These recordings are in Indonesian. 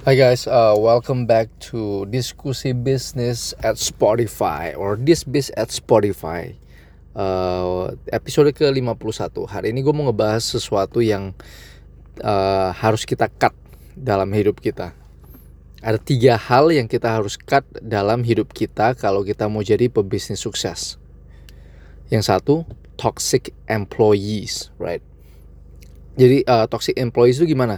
Hi guys, welcome back to Diskusi Bisnis at Spotify or This Biz at Spotify. Episode ke-51. Hari ini gue mau ngebahas sesuatu yang harus kita cut dalam hidup kita. Ada 3 hal yang kita harus cut dalam hidup kita kalau kita mau jadi pebisnis sukses. Yang satu, toxic employees, right? Jadi toxic employees itu gimana?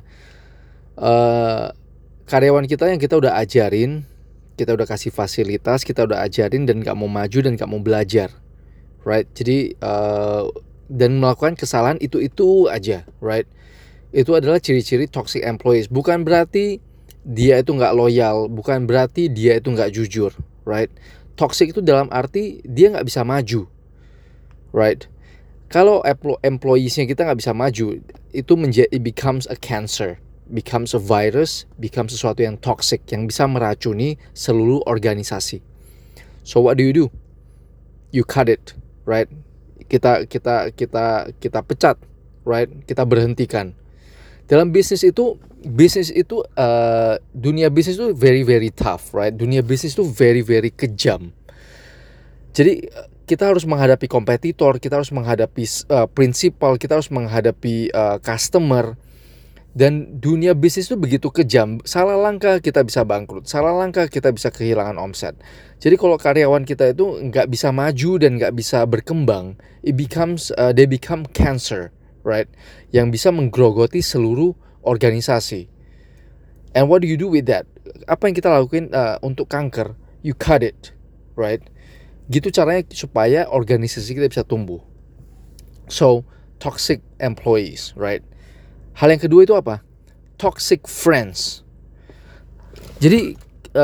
Karyawan kita yang kita udah ajarin, kita udah kasih fasilitas, kita udah ajarin dan gak mau maju dan gak mau belajar, right? Jadi dan melakukan kesalahan itu aja, right? Itu adalah ciri-ciri toxic employees. Bukan berarti dia itu gak loyal, bukan berarti dia itu gak jujur, right? Toxic itu dalam arti dia gak bisa maju, right? Kalau employees-nya kita gak bisa maju, itu it becomes a cancer, becomes a virus, becomes sesuatu yang toxic yang bisa meracuni seluruh organisasi. So what do? You cut it, right? Kita pecat, right? Kita berhentikan. Dalam bisnis itu dunia bisnis itu very very tough, right? Dunia bisnis itu very very kejam. Jadi kita harus menghadapi kompetitor, kita harus menghadapi prinsipal, kita harus menghadapi customer. Dan dunia bisnis itu begitu kejam. Salah langkah kita bisa bangkrut, salah langkah kita bisa kehilangan omset. Jadi kalau karyawan kita itu nggak bisa maju dan nggak bisa berkembang, they become cancer, right? Yang bisa menggerogoti seluruh organisasi. And what do you do with that? Apa yang kita lakukan untuk kanker? You cut it, right? Gitu caranya supaya organisasi kita bisa tumbuh. So, toxic employees, right? Hal yang kedua itu apa? Toxic friends. Jadi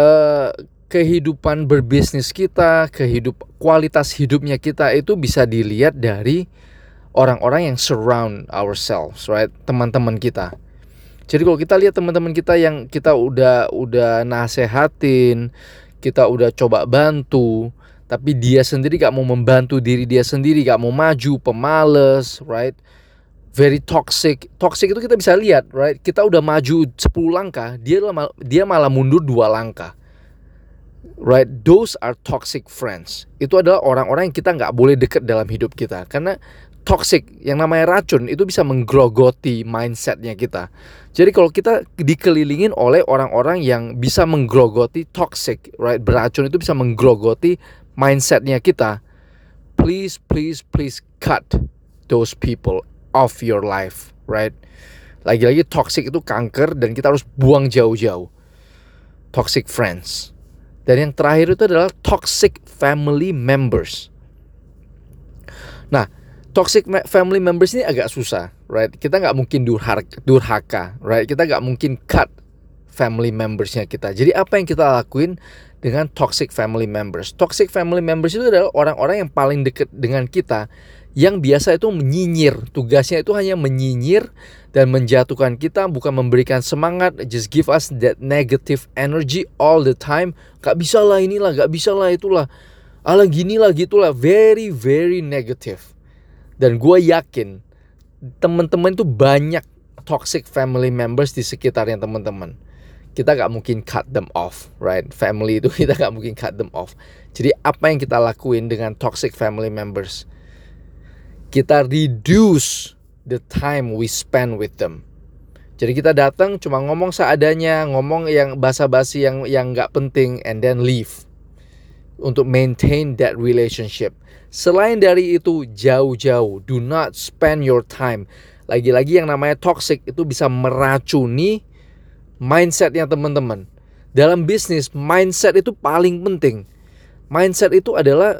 kehidupan berbisnis kita, kualitas hidupnya kita itu bisa dilihat dari orang-orang yang surround ourselves, right? Teman-teman kita. Jadi kalau kita lihat teman-teman kita yang kita udah nasehatin, kita udah coba bantu, tapi dia sendiri gak mau membantu diri dia sendiri, gak mau maju, pemalas, right? Very toxic. Toxic itu kita bisa lihat, right? Kita udah maju 10 langkah, dia malah mundur 2 langkah. Right? Those are toxic friends. Itu adalah orang-orang yang kita nggak boleh dekat dalam hidup kita. Karena toxic, yang namanya racun, itu bisa menggerogoti mindsetnya kita. Jadi kalau kita dikelilingin oleh orang-orang yang bisa menggerogoti toxic, right? Beracun itu bisa menggerogoti mindsetnya kita. Please cut those people of your life, right? Lagi-lagi toxic itu kanker dan kita harus buang jauh-jauh. Toxic friends. Dan yang terakhir itu adalah toxic family members. Nah, toxic family members ini agak susah, right? Kita nggak mungkin durhaka, right? Kita nggak mungkin cut family membersnya kita. Jadi apa yang kita lakuin dengan toxic family members? Toxic family members itu adalah orang-orang yang paling dekat dengan kita, yang biasa itu menyinyir. Tugasnya itu hanya menyinyir dan menjatuhkan kita, bukan memberikan semangat. Just give us that negative energy all the time. Gak bisa lah inilah, gak bisa lah itulah, ala gini lah gitulah. Very very negative. Dan gue yakin teman-teman itu banyak toxic family members di sekitarnya teman-teman. Kita gak mungkin cut them off, right? Family itu kita gak mungkin cut them off. Jadi apa yang kita lakuin dengan toxic family members? Kita reduce the time we spend with them. Jadi kita datang cuma ngomong seadanya, ngomong yang basa-basi yang nggak penting, and then leave. Untuk maintain that relationship. Selain dari itu, jauh-jauh. Do not spend your time. Lagi-lagi yang namanya toxic itu bisa meracuni mindsetnya teman-teman. Dalam bisnis, mindset itu paling penting. Mindset itu adalah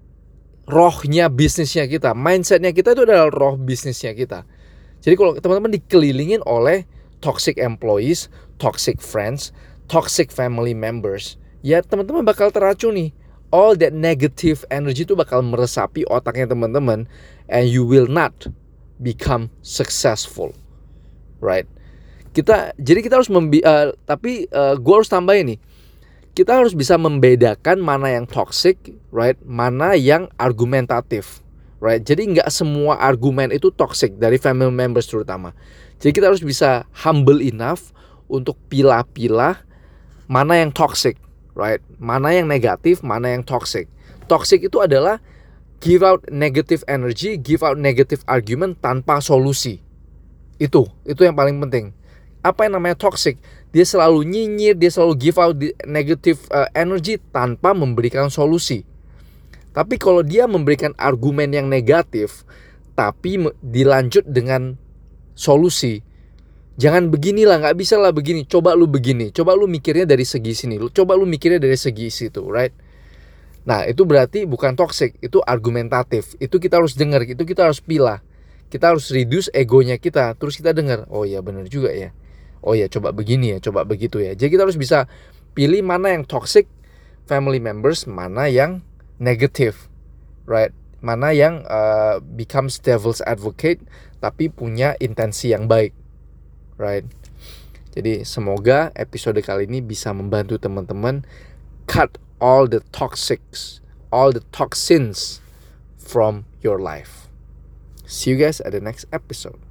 rohnya bisnisnya kita. Mindsetnya kita itu adalah roh bisnisnya kita. Jadi kalau teman-teman dikelilingin oleh toxic employees, toxic friends, toxic family members, ya teman-teman bakal teracuni. All that negative energy itu bakal meresapi otaknya teman-teman, and you will not become successful, right? Jadi kita harus tapi gue harus tambahin nih. Kita harus bisa membedakan mana yang toxic, right? Mana yang argumentatif, right? Jadi nggak semua argumen itu toxic dari family members terutama. Jadi kita harus bisa humble enough untuk pilah-pilah mana yang toxic, right? Mana yang negatif, mana yang toxic. Toxic itu adalah give out negative energy, give out negative argument tanpa solusi. Itu yang paling penting. Apa yang namanya toxic? Dia selalu nyinyir, dia selalu give out negative energy tanpa memberikan solusi. Tapi kalau dia memberikan argumen yang negatif, tapi dilanjut dengan solusi, jangan beginilah, nggak bisa lah begini, coba lu begini, coba lu mikirnya dari segi sini, coba lu mikirnya dari segi situ, right? Nah, itu berarti bukan toxic, itu argumentatif. Itu kita harus dengar, itu kita harus pilah. Kita harus reduce egonya kita, terus kita dengar, oh ya benar juga ya. Oh ya, coba begini ya, coba begitu ya. Jadi kita harus bisa pilih mana yang toxic family members, mana yang negative, right? Mana yang becomes devil's advocate tapi punya intensi yang baik, right? Jadi semoga episode kali ini bisa membantu teman-teman cut all the toxics, all the toxins from your life. See you guys at the next episode.